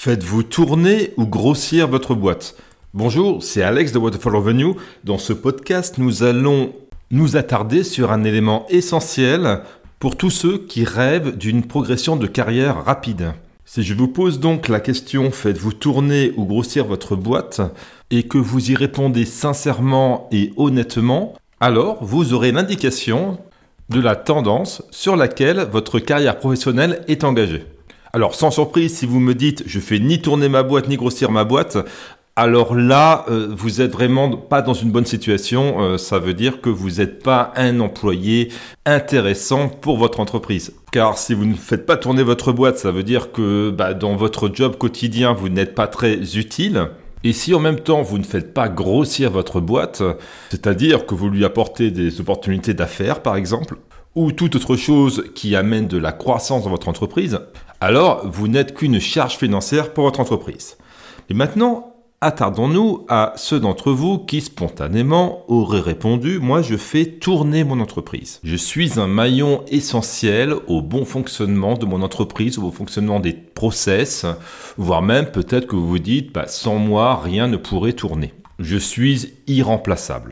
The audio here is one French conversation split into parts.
Faites-vous tourner ou grossir votre boîte? Bonjour, c'est Alex de Waterfall Revenue. Dans ce podcast, nous allons nous attarder sur un élément essentiel pour tous ceux qui rêvent d'une progression de carrière rapide. Si je vous pose donc la question « Faites-vous tourner ou grossir votre boîte ?» et que vous y répondez sincèrement et honnêtement, alors vous aurez l'indication de la tendance sur laquelle votre carrière professionnelle est engagée. Alors, sans surprise, si vous me dites « je fais ni tourner ma boîte, ni grossir ma boîte », alors là, vous êtes vraiment pas dans une bonne situation. Ça veut dire que vous n'êtes pas un employé intéressant pour votre entreprise. Car si vous ne faites pas tourner votre boîte, ça veut dire que dans votre job quotidien, vous n'êtes pas très utile. Et si en même temps, vous ne faites pas grossir votre boîte, c'est-à-dire que vous lui apportez des opportunités d'affaires, par exemple, ou toute autre chose qui amène de la croissance dans votre entreprise, alors vous n'êtes qu'une charge financière pour votre entreprise. Et maintenant, attardons-nous à ceux d'entre vous qui spontanément auraient répondu « Moi, je fais tourner mon entreprise. Je suis un maillon essentiel au bon fonctionnement de mon entreprise, au bon fonctionnement des process, voire même peut-être que vous vous dites « Sans moi, rien ne pourrait tourner. Je suis irremplaçable. »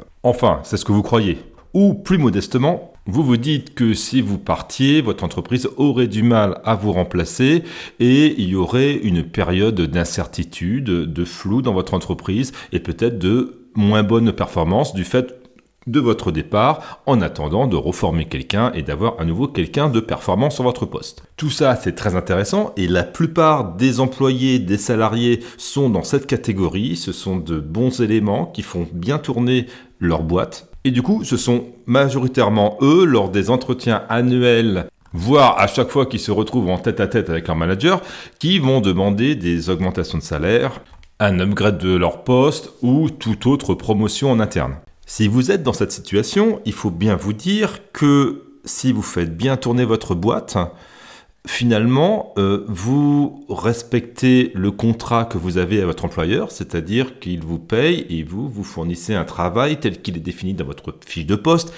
Enfin, c'est ce que vous croyez. Ou plus modestement, vous vous dites que si vous partiez, votre entreprise aurait du mal à vous remplacer et il y aurait une période d'incertitude, de flou dans votre entreprise et peut-être de moins bonne performance du fait de votre départ en attendant de reformer quelqu'un et d'avoir à nouveau quelqu'un de performant sur votre poste. Tout ça, c'est très intéressant et la plupart des employés, des salariés sont dans cette catégorie. Ce sont de bons éléments qui font bien tourner leur boîte. Et du coup, ce sont majoritairement eux, lors des entretiens annuels, voire à chaque fois qu'ils se retrouvent en tête-à-tête avec leur manager, qui vont demander des augmentations de salaire, un upgrade de leur poste ou toute autre promotion en interne. Si vous êtes dans cette situation, il faut bien vous dire que si vous faites bien tourner votre boîte, finalement, vous respectez le contrat que vous avez à votre employeur, c'est-à-dire qu'il vous paye et vous fournissez un travail tel qu'il est défini dans votre fiche de poste.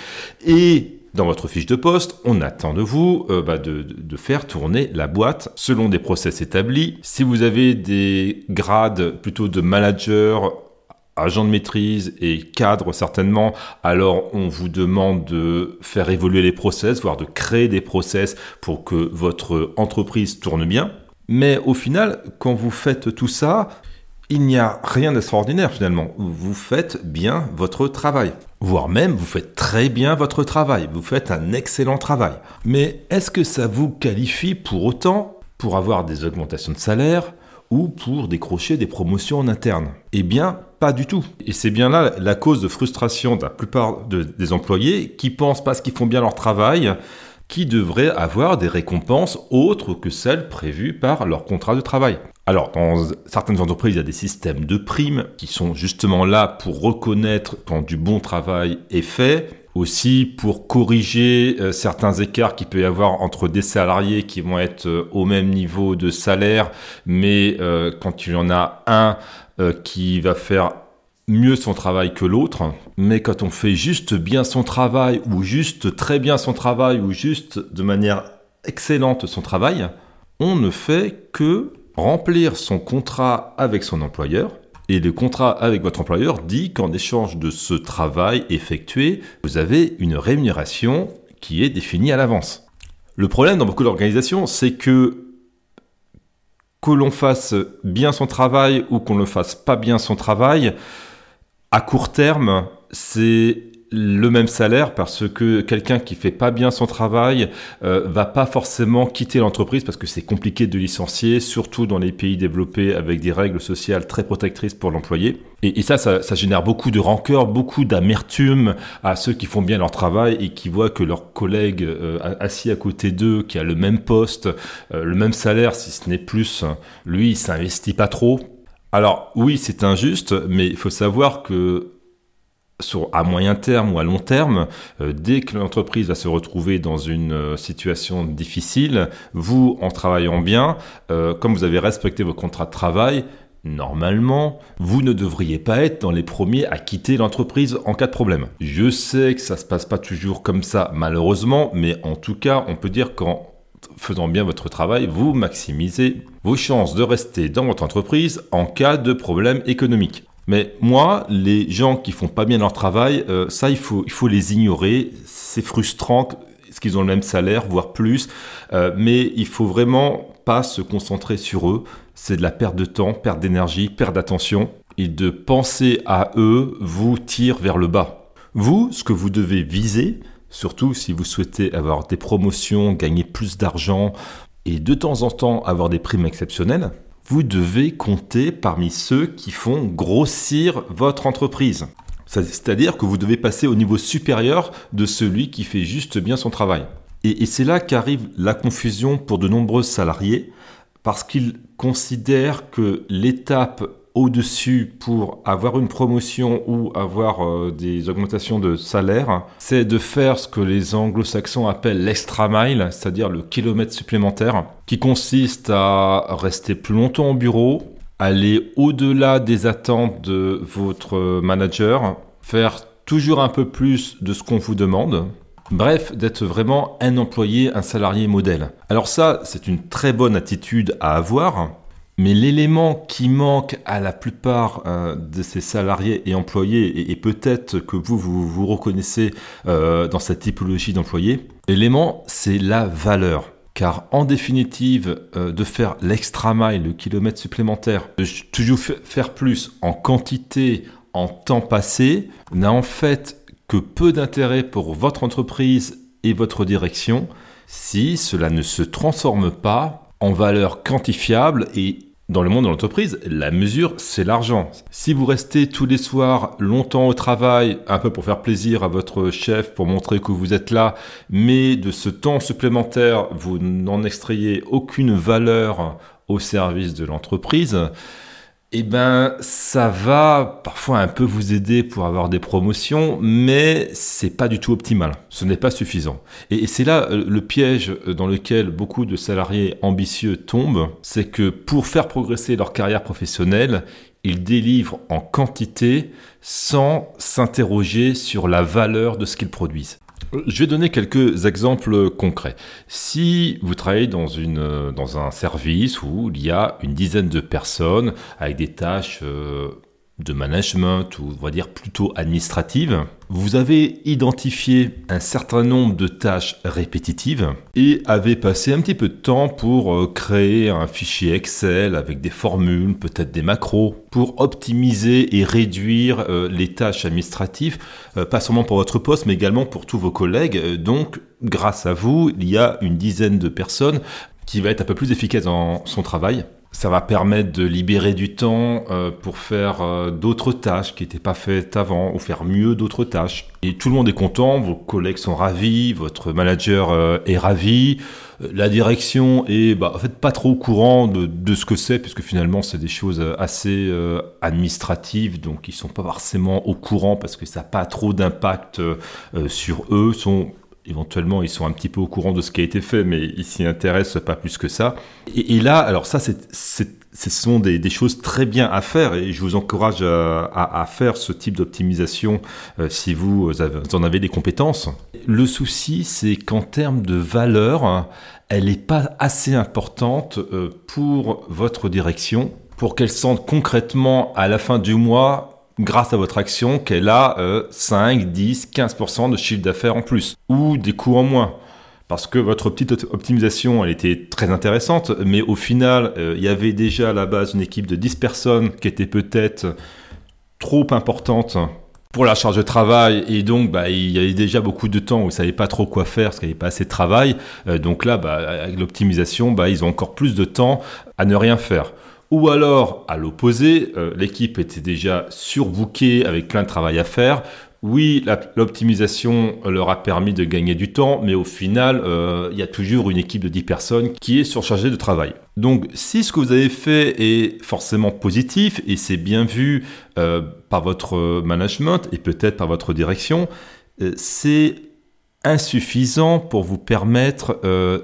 Et dans votre fiche de poste, on attend de vous de faire tourner la boîte selon des process établis. Si vous avez des grades plutôt de manager, agent de maîtrise et cadre certainement, alors on vous demande de faire évoluer les process, voire de créer des process pour que votre entreprise tourne bien. Mais au final, quand vous faites tout ça, il n'y a rien d'extraordinaire finalement. Vous faites bien votre travail. Voire même, vous faites très bien votre travail. Vous faites un excellent travail. Mais est-ce que ça vous qualifie pour autant pour avoir des augmentations de salaire ou pour décrocher des promotions en interne? Eh bien, pas du tout. Et c'est bien là la cause de frustration de la plupart des employés qui pensent parce qu'ils font bien leur travail qu'ils devraient avoir des récompenses autres que celles prévues par leur contrat de travail. Alors, dans certaines entreprises, il y a des systèmes de primes qui sont justement là pour reconnaître quand du bon travail est fait, aussi pour corriger certains écarts qu'il peut y avoir entre des salariés qui vont être au même niveau de salaire, mais quand il y en a un qui va faire mieux son travail que l'autre, mais quand on fait juste bien son travail, ou juste très bien son travail, ou juste de manière excellente son travail, on ne fait que remplir son contrat avec son employeur. Et le contrat avec votre employeur dit qu'en échange de ce travail effectué, vous avez une rémunération qui est définie à l'avance. Le problème dans beaucoup d'organisations, c'est que l'on fasse bien son travail ou qu'on ne fasse pas bien son travail, à court terme, c'est le même salaire parce que quelqu'un qui fait pas bien son travail va pas forcément quitter l'entreprise parce que c'est compliqué de licencier, surtout dans les pays développés avec des règles sociales très protectrices pour l'employé. Et ça génère beaucoup de rancœur, beaucoup d'amertume à ceux qui font bien leur travail et qui voient que leur collègue assis à côté d'eux, qui a le même poste, le même salaire si ce n'est plus, lui il s'investit pas trop. Alors oui, c'est injuste, mais il faut savoir que à moyen terme ou à long terme, dès que l'entreprise va se retrouver dans une situation difficile, vous, en travaillant bien, comme vous avez respecté vos contrats de travail, normalement, vous ne devriez pas être dans les premiers à quitter l'entreprise en cas de problème. Je sais que ça se passe pas toujours comme ça, malheureusement, mais en tout cas, on peut dire qu'en faisant bien votre travail, vous maximisez vos chances de rester dans votre entreprise en cas de problème économique. Mais moi, les gens qui font pas bien leur travail, ça, il faut les ignorer. C'est frustrant parce qu'ils ont le même salaire, voire plus. Mais il faut vraiment pas se concentrer sur eux. C'est de la perte de temps, perte d'énergie, perte d'attention. Et de penser à eux vous tire vers le bas. Vous, ce que vous devez viser, surtout si vous souhaitez avoir des promotions, gagner plus d'argent et de temps en temps avoir des primes exceptionnelles, vous devez compter parmi ceux qui font grossir votre entreprise. C'est-à-dire que vous devez passer au niveau supérieur de celui qui fait juste bien son travail. Et c'est là qu'arrive la confusion pour de nombreux salariés, parce qu'ils considèrent que l'étape au-dessus pour avoir une promotion ou avoir des augmentations de salaire, c'est de faire ce que les anglo-saxons appellent l'extra mile, c'est-à-dire le kilomètre supplémentaire, qui consiste à rester plus longtemps au bureau, aller au-delà des attentes de votre manager, faire toujours un peu plus de ce qu'on vous demande. Bref, d'être vraiment un employé, un salarié modèle. Alors ça, c'est une très bonne attitude à avoir. Mais l'élément qui manque à la plupart de ces salariés et employés, et peut-être que vous reconnaissez dans cette typologie d'employés, l'élément, c'est la valeur. Car en définitive, de faire l'extra mile, le kilomètre supplémentaire, de toujours faire plus en quantité, en temps passé, n'a en fait que peu d'intérêt pour votre entreprise et votre direction si cela ne se transforme pas en valeur quantifiable. Et dans le monde de l'entreprise, la mesure, c'est l'argent. Si vous restez tous les soirs longtemps au travail, un peu pour faire plaisir à votre chef, pour montrer que vous êtes là, mais de ce temps supplémentaire, vous n'en extrayez aucune valeur au service de l'entreprise, eh ben, ça va parfois un peu vous aider pour avoir des promotions, mais c'est pas du tout optimal. Ce n'est pas suffisant. Et c'est là le piège dans lequel beaucoup de salariés ambitieux tombent, c'est que pour faire progresser leur carrière professionnelle, ils délivrent en quantité sans s'interroger sur la valeur de ce qu'ils produisent. Je vais donner quelques exemples concrets. Si vous travaillez dans un service où il y a une dizaine de personnes avec des tâches de management ou on va dire plutôt administratives, vous avez identifié un certain nombre de tâches répétitives et avez passé un petit peu de temps pour créer un fichier Excel avec des formules, peut-être des macros, pour optimiser et réduire les tâches administratives, pas seulement pour votre poste, mais également pour tous vos collègues. Donc, grâce à vous, il y a une dizaine de personnes qui va être un peu plus efficace dans son travail. Ça va permettre de libérer du temps pour faire d'autres tâches qui n'étaient pas faites avant ou faire mieux d'autres tâches. Et tout le monde est content, vos collègues sont ravis, votre manager est ravi, la direction est en fait pas trop au courant de ce que c'est puisque finalement c'est des choses assez administratives, donc ils sont pas forcément au courant parce que ça n'a pas trop d'impact sur eux. Éventuellement, ils sont un petit peu au courant de ce qui a été fait, mais ils s'y intéressent pas plus que ça. Et là, alors ça, ce sont des choses très bien à faire, et je vous encourage à faire ce type d'optimisation si vous en avez des compétences. Le souci, c'est qu'en termes de valeur, elle n'est pas assez importante pour votre direction, pour qu'elle sente concrètement à la fin du mois, grâce à votre action, qu'elle a 5, 10, 15% de chiffre d'affaires en plus, ou des coûts en moins. Parce que votre petite optimisation, elle était très intéressante, mais au final, il y avait déjà à la base une équipe de 10 personnes qui était peut-être trop importante pour la charge de travail, et donc il y avait déjà beaucoup de temps où ils ne savaient pas trop quoi faire parce qu'il n'y avait pas assez de travail. Donc là, avec l'optimisation, ils ont encore plus de temps à ne rien faire. Ou alors, à l'opposé, l'équipe était déjà surbookée avec plein de travail à faire. Oui, l'optimisation leur a permis de gagner du temps, mais au final, il y a toujours une équipe de 10 personnes qui est surchargée de travail. Donc, si ce que vous avez fait est forcément positif et c'est bien vu par votre management et peut-être par votre direction, c'est insuffisant pour vous permettre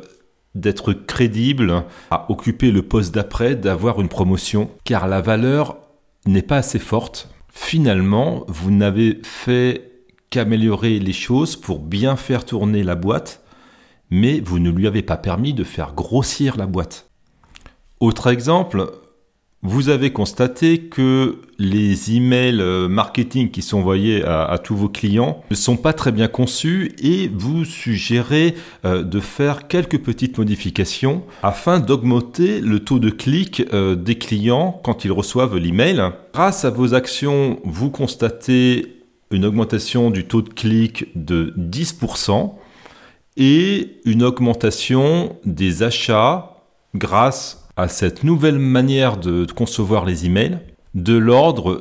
d'être crédible, à occuper le poste d'après, d'avoir une promotion, car la valeur n'est pas assez forte. Finalement, vous n'avez fait qu'améliorer les choses pour bien faire tourner la boîte, mais vous ne lui avez pas permis de faire grossir la boîte. Autre exemple, vous avez constaté que les emails marketing qui sont envoyés à tous vos clients ne sont pas très bien conçus et vous suggérez de faire quelques petites modifications afin d'augmenter le taux de clic des clients quand ils reçoivent l'email. Grâce à vos actions, vous constatez une augmentation du taux de clic de 10% et une augmentation des achats grâce à cette nouvelle manière de concevoir les emails de l'ordre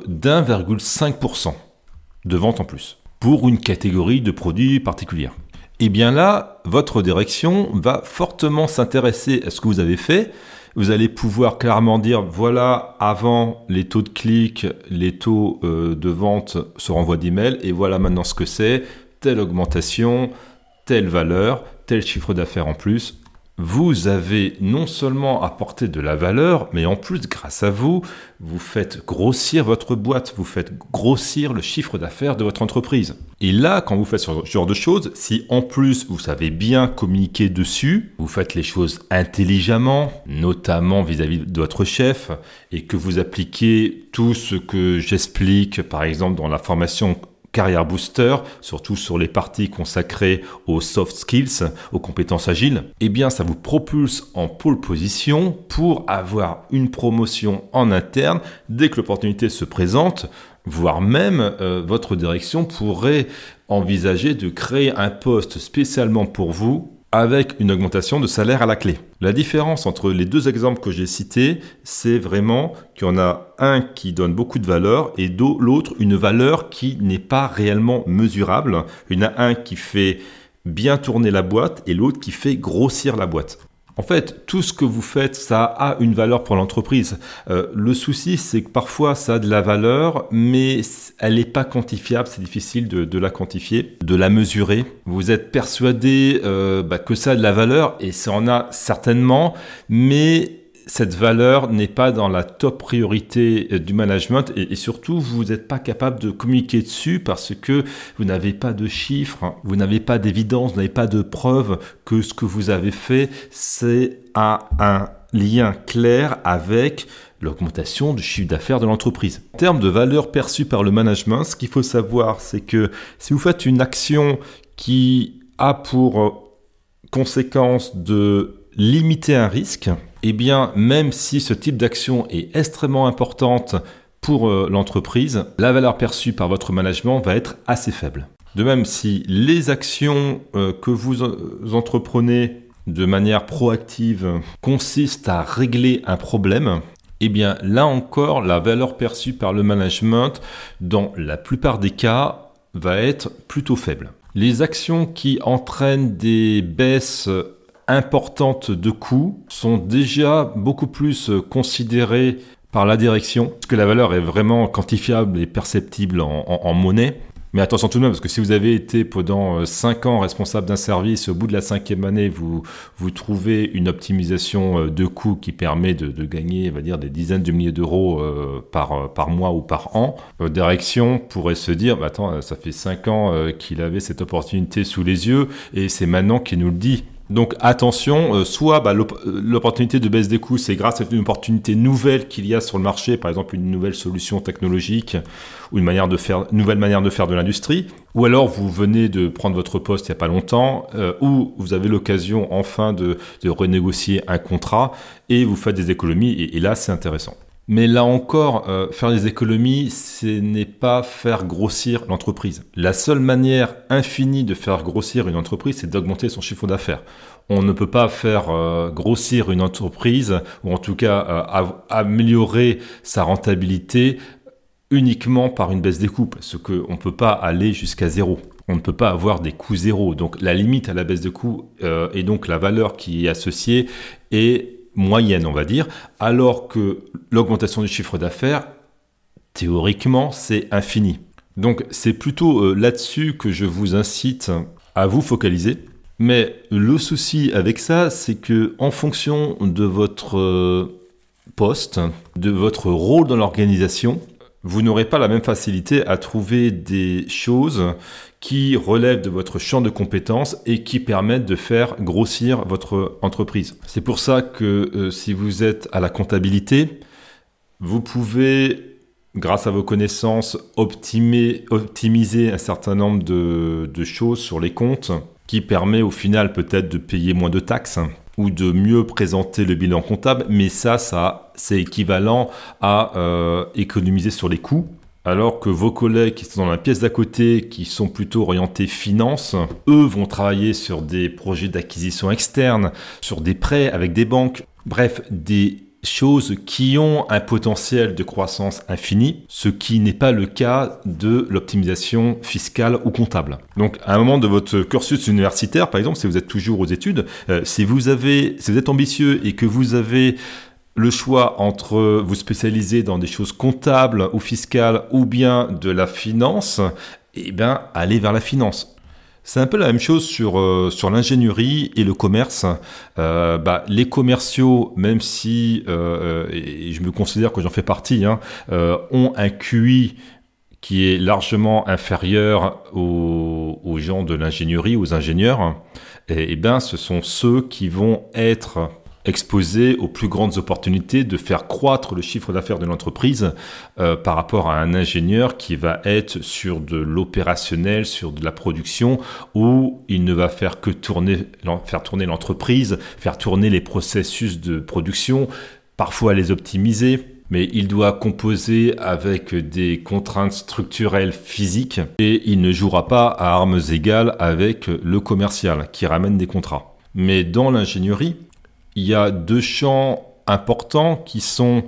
d'1,5% de vente en plus pour une catégorie de produits particulière. Et bien là, votre direction va fortement s'intéresser à ce que vous avez fait. Vous allez pouvoir clairement dire, voilà, avant les taux de clic, les taux de vente sur envoi d'email, et voilà maintenant ce que c'est, telle augmentation, telle valeur, tel chiffre d'affaires en plus. Vous avez non seulement apporté de la valeur, mais en plus, grâce à vous, vous faites grossir votre boîte, vous faites grossir le chiffre d'affaires de votre entreprise. Et là, quand vous faites ce genre de choses, si en plus vous savez bien communiquer dessus, vous faites les choses intelligemment, notamment vis-à-vis de votre chef, et que vous appliquez tout ce que j'explique, par exemple, dans la formation Carrière Booster, surtout sur les parties consacrées aux soft skills, aux compétences agiles, eh bien ça vous propulse en pole position pour avoir une promotion en interne dès que l'opportunité se présente, voire même votre direction pourrait envisager de créer un poste spécialement pour vous avec une augmentation de salaire à la clé. La différence entre les deux exemples que j'ai cités, c'est vraiment qu'il y en a un qui donne beaucoup de valeur et l'autre une valeur qui n'est pas réellement mesurable. Il y en a un qui fait bien tourner la boîte et l'autre qui fait grossir la boîte. En fait, tout ce que vous faites, ça a une valeur pour l'entreprise. Le souci, c'est que parfois, ça a de la valeur, mais elle n'est pas quantifiable. C'est difficile de la quantifier, de la mesurer. Vous êtes persuadé que ça a de la valeur, et ça en a certainement, mais cette valeur n'est pas dans la top priorité du management et surtout, vous n'êtes pas capable de communiquer dessus parce que vous n'avez pas de chiffres, vous n'avez pas d'évidence, vous n'avez pas de preuve que ce que vous avez fait, c'est un lien clair avec l'augmentation du chiffre d'affaires de l'entreprise. En termes de valeur perçue par le management, ce qu'il faut savoir, c'est que si vous faites une action qui a pour conséquence de limiter un risque, eh bien, même si ce type d'action est extrêmement importante pour l'entreprise, la valeur perçue par votre management va être assez faible. De même, si les actions que vous entreprenez de manière proactive consistent à régler un problème, eh bien, là encore, la valeur perçue par le management, dans la plupart des cas, va être plutôt faible. Les actions qui entraînent des baisses importantes de coûts sont déjà beaucoup plus considérées par la direction, parce que la valeur est vraiment quantifiable et perceptible en monnaie. Mais attention tout de même, parce que si vous avez été pendant 5 ans responsable d'un service, au bout de la 5e année, vous trouvez une optimisation de coûts qui permet de gagner, on va dire, des dizaines de milliers d'euros par mois ou par an, votre direction pourrait se dire, attends, ça fait 5 ans qu'il avait cette opportunité sous les yeux, et c'est maintenant qu'il nous le dit. Donc attention, soit l'opportunité de baisse des coûts, c'est grâce à une opportunité nouvelle qu'il y a sur le marché, par exemple une nouvelle solution technologique ou une nouvelle manière de faire de l'industrie, ou alors vous venez de prendre votre poste il n'y a pas longtemps, ou vous avez l'occasion enfin de renégocier un contrat et vous faites des économies, et là c'est intéressant. Mais là encore, faire des économies, ce n'est pas faire grossir l'entreprise. La seule manière infinie de faire grossir une entreprise, c'est d'augmenter son chiffre d'affaires. On ne peut pas faire grossir une entreprise, ou en tout cas améliorer sa rentabilité uniquement par une baisse des coûts, parce qu'on ne peut pas aller jusqu'à zéro. On ne peut pas avoir des coûts zéro. Donc la limite à la baisse de coûts et donc la valeur qui est associée est moyenne, on va dire, alors que l'augmentation du chiffre d'affaires, théoriquement, c'est infini. Donc, c'est plutôt là-dessus que je vous incite à vous focaliser. Mais le souci avec ça, c'est que en fonction de votre poste, de votre rôle dans l'organisation, vous n'aurez pas la même facilité à trouver des choses qui relèvent de votre champ de compétences et qui permettent de faire grossir votre entreprise. C'est pour ça que si vous êtes à la comptabilité, vous pouvez, grâce à vos connaissances, optimiser un certain nombre de choses sur les comptes qui permet au final peut-être de payer moins de taxes ou de mieux présenter le bilan comptable, mais ça c'est équivalent à économiser sur les coûts. Alors que vos collègues qui sont dans la pièce d'à côté, qui sont plutôt orientés finance, eux vont travailler sur des projets d'acquisition externe, sur des prêts avec des banques, bref, des choses qui ont un potentiel de croissance infini, ce qui n'est pas le cas de l'optimisation fiscale ou comptable. Donc, à un moment de votre cursus universitaire, par exemple, si vous êtes toujours aux études, si vous êtes ambitieux et que vous avez le choix entre vous spécialiser dans des choses comptables ou fiscales ou bien de la finance, eh bien, allez vers la finance. C'est un peu la même chose sur l'ingénierie et le commerce. Les commerciaux, même si, et je me considère que j'en fais partie, ont un QI qui est largement inférieur aux gens de l'ingénierie, aux ingénieurs, et bien, ce sont ceux qui vont être exposés aux plus grandes opportunités de faire croître le chiffre d'affaires de l'entreprise par rapport à un ingénieur qui va être sur de l'opérationnel, sur de la production, où il ne va faire que faire tourner l'entreprise, faire tourner les processus de production, parfois les optimiser, mais il doit composer avec des contraintes structurelles physiques et il ne jouera pas à armes égales avec le commercial qui ramène des contrats. Mais dans l'ingénierie, il y a deux champs importants qui sont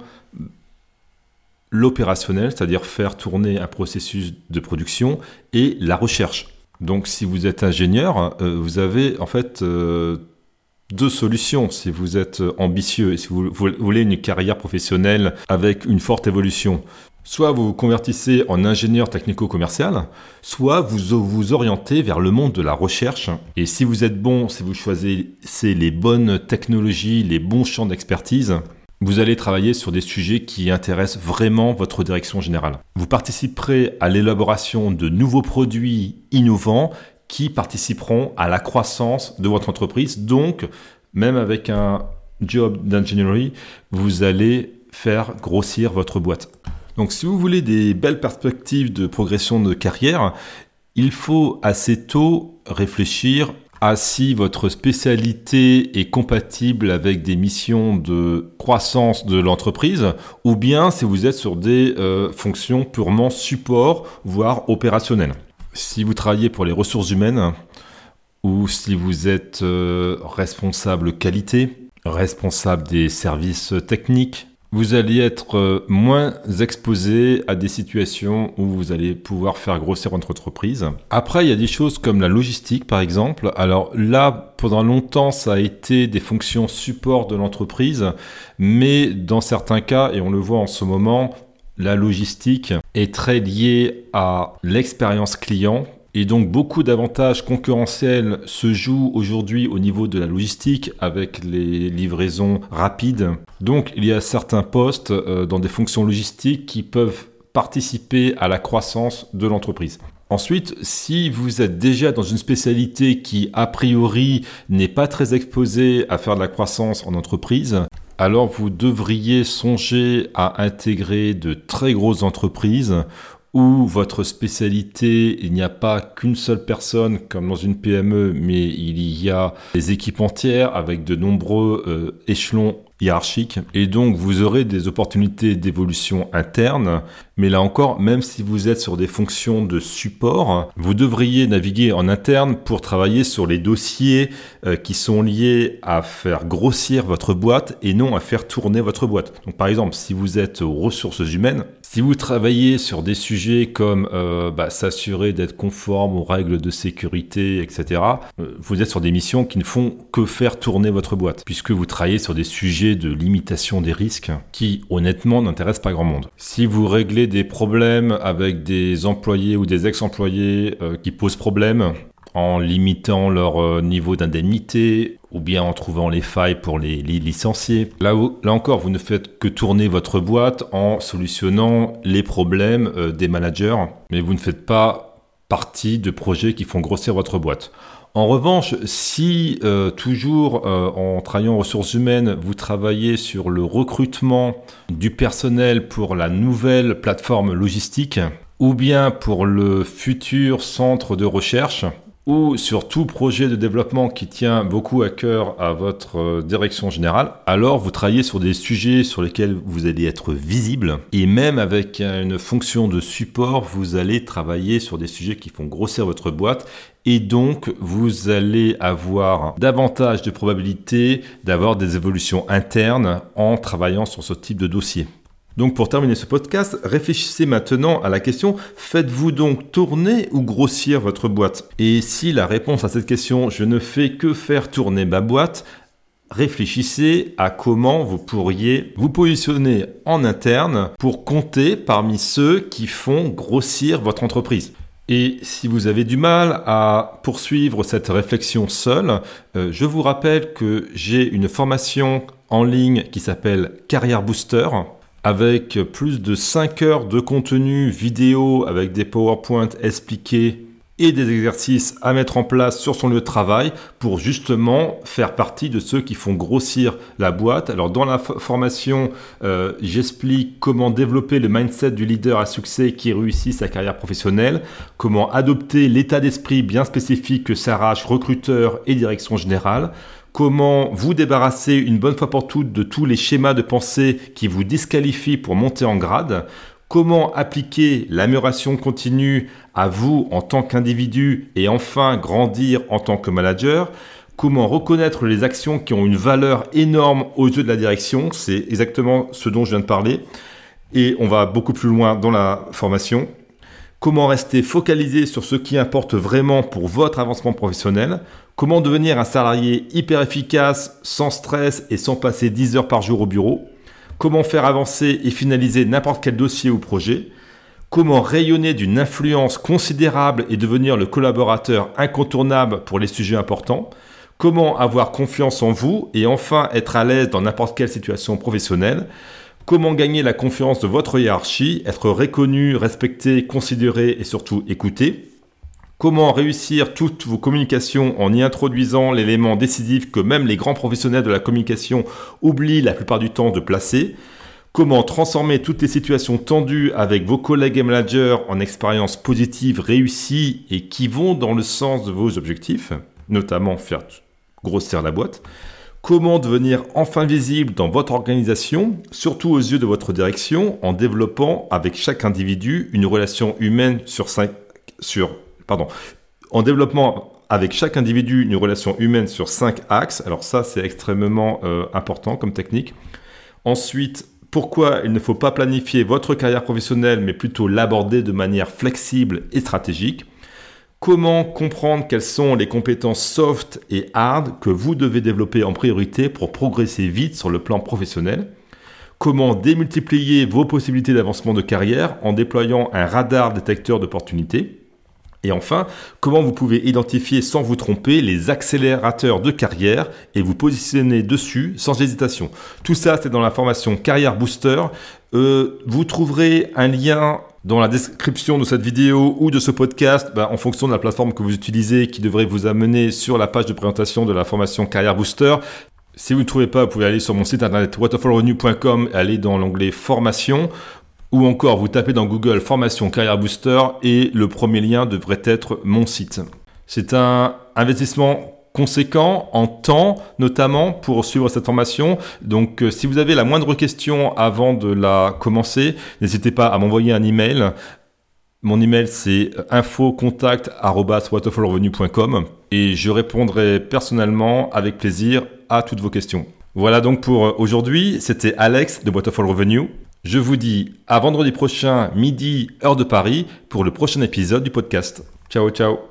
l'opérationnel, c'est-à-dire faire tourner un processus de production, et la recherche. Donc si vous êtes ingénieur, vous avez en fait deux solutions si vous êtes ambitieux et si vous voulez une carrière professionnelle avec une forte évolution. Soit vous vous convertissez en ingénieur technico-commercial, soit vous vous orientez vers le monde de la recherche. Et si vous êtes bon, si vous choisissez les bonnes technologies, les bons champs d'expertise, vous allez travailler sur des sujets qui intéressent vraiment votre direction générale. Vous participerez à l'élaboration de nouveaux produits innovants qui participeront à la croissance de votre entreprise. Donc, même avec un job d'ingénierie, vous allez faire grossir votre boîte. Donc, si vous voulez des belles perspectives de progression de carrière, il faut assez tôt réfléchir à si votre spécialité est compatible avec des missions de croissance de l'entreprise ou bien si vous êtes sur des fonctions purement support, voire opérationnelles. Si vous travaillez pour les ressources humaines ou si vous êtes responsable qualité, responsable des services techniques, vous allez être moins exposé à des situations où vous allez pouvoir faire grossir votre entreprise. Après, il y a des choses comme la logistique, par exemple. Alors là, pendant longtemps, ça a été des fonctions support de l'entreprise, mais dans certains cas, et on le voit en ce moment, la logistique est très liée à l'expérience client. Et donc, beaucoup d'avantages concurrentiels se jouent aujourd'hui au niveau de la logistique avec les livraisons rapides. Donc, il y a certains postes dans des fonctions logistiques qui peuvent participer à la croissance de l'entreprise. Ensuite, si vous êtes déjà dans une spécialité qui, a priori, n'est pas très exposée à faire de la croissance en entreprise, alors vous devriez songer à intégrer de très grosses entreprises où votre spécialité, il n'y a pas qu'une seule personne comme dans une PME, mais il y a des équipes entières avec de nombreux échelons hiérarchiques. Et donc, vous aurez des opportunités d'évolution interne. Mais là encore, même si vous êtes sur des fonctions de support, vous devriez naviguer en interne pour travailler sur les dossiers qui sont liés à faire grossir votre boîte et non à faire tourner votre boîte. Donc, par exemple, si vous êtes aux ressources humaines, si vous travaillez sur des sujets comme s'assurer d'être conforme aux règles de sécurité, etc., vous êtes sur des missions qui ne font que faire tourner votre boîte, puisque vous travaillez sur des sujets de limitation des risques qui, honnêtement, n'intéressent pas grand monde. Si vous réglez des problèmes avec des employés ou des ex-employés qui posent problème, en limitant leur niveau d'indemnité ou bien en trouvant les failles pour les licencier. Là encore, vous ne faites que tourner votre boîte en solutionnant les problèmes des managers, mais vous ne faites pas partie de projets qui font grossir votre boîte. En revanche, si toujours en travaillant en ressources humaines, vous travaillez sur le recrutement du personnel pour la nouvelle plateforme logistique ou bien pour le futur centre de recherche ou sur tout projet de développement qui tient beaucoup à cœur à votre direction générale, alors vous travaillez sur des sujets sur lesquels vous allez être visible et même avec une fonction de support, vous allez travailler sur des sujets qui font grossir votre boîte et donc vous allez avoir davantage de probabilités d'avoir des évolutions internes en travaillant sur ce type de dossier. Donc pour terminer ce podcast, réfléchissez maintenant à la question, faites-vous donc tourner ou grossir votre boîte ? Et si la réponse à cette question, je ne fais que faire tourner ma boîte, réfléchissez à comment vous pourriez vous positionner en interne pour compter parmi ceux qui font grossir votre entreprise. Et si vous avez du mal à poursuivre cette réflexion seul, je vous rappelle que j'ai une formation en ligne qui s'appelle Carrière Booster, avec plus de 5 heures de contenu vidéo avec des PowerPoint expliqués et des exercices à mettre en place sur son lieu de travail pour justement faire partie de ceux qui font grossir la boîte. Alors dans la formation, j'explique comment développer le mindset du leader à succès qui réussit sa carrière professionnelle, comment adopter l'état d'esprit bien spécifique que s'arrache recruteur et direction générale, comment vous débarrasser une bonne fois pour toutes de tous les schémas de pensée qui vous disqualifient pour monter en grade, comment appliquer l'amélioration continue à vous en tant qu'individu et enfin grandir en tant que manager, comment reconnaître les actions qui ont une valeur énorme aux yeux de la direction, c'est exactement ce dont je viens de parler et on va beaucoup plus loin dans la formation. Comment rester focalisé sur ce qui importe vraiment pour votre avancement professionnel, comment devenir un salarié hyper efficace, sans stress et sans passer 10 heures par jour au bureau, comment faire avancer et finaliser n'importe quel dossier ou projet, comment rayonner d'une influence considérable et devenir le collaborateur incontournable pour les sujets importants, comment avoir confiance en vous et enfin être à l'aise dans n'importe quelle situation professionnelle, comment gagner la confiance de votre hiérarchie, être reconnu, respecté, considéré et surtout écouté. Comment réussir toutes vos communications en y introduisant l'élément décisif que même les grands professionnels de la communication oublient la plupart du temps de placer. Comment transformer toutes les situations tendues avec vos collègues et managers en expériences positives, réussies et qui vont dans le sens de vos objectifs, notamment faire grossir la boîte. Comment devenir enfin visible dans votre organisation, surtout aux yeux de votre direction, en développant avec chaque individu une relation humaine en développant avec chaque individu une relation humaine sur 5 axes. Alors ça, c'est extrêmement important comme technique. Ensuite, pourquoi il ne faut pas planifier votre carrière professionnelle, mais plutôt l'aborder de manière flexible et stratégique. Comment comprendre quelles sont les compétences soft et hard que vous devez développer en priorité pour progresser vite sur le plan professionnel. Comment démultiplier vos possibilités d'avancement de carrière en déployant un radar détecteur d'opportunités. Et enfin, comment vous pouvez identifier sans vous tromper les accélérateurs de carrière et vous positionner dessus sans hésitation. Tout ça, c'est dans la formation Carrière Booster. Vous trouverez un lien dans la description de cette vidéo ou de ce podcast, en fonction de la plateforme que vous utilisez, qui devrait vous amener sur la page de présentation de la formation Carrière Booster. Si vous ne trouvez pas, vous pouvez aller sur mon site internet waterfallrevenue.com et aller dans l'onglet Formation. Ou encore, vous tapez dans Google Formation Carrière Booster et le premier lien devrait être mon site. C'est un investissement conséquent en temps, notamment pour suivre cette formation. Donc, si vous avez la moindre question avant de la commencer, n'hésitez pas à m'envoyer un email. Mon email, c'est info-contact@waterfallrevenue.com et je répondrai personnellement avec plaisir à toutes vos questions. Voilà donc pour aujourd'hui. C'était Alex de Waterfall Revenue. Je vous dis à vendredi prochain, midi, heure de Paris, pour le prochain épisode du podcast. Ciao, ciao.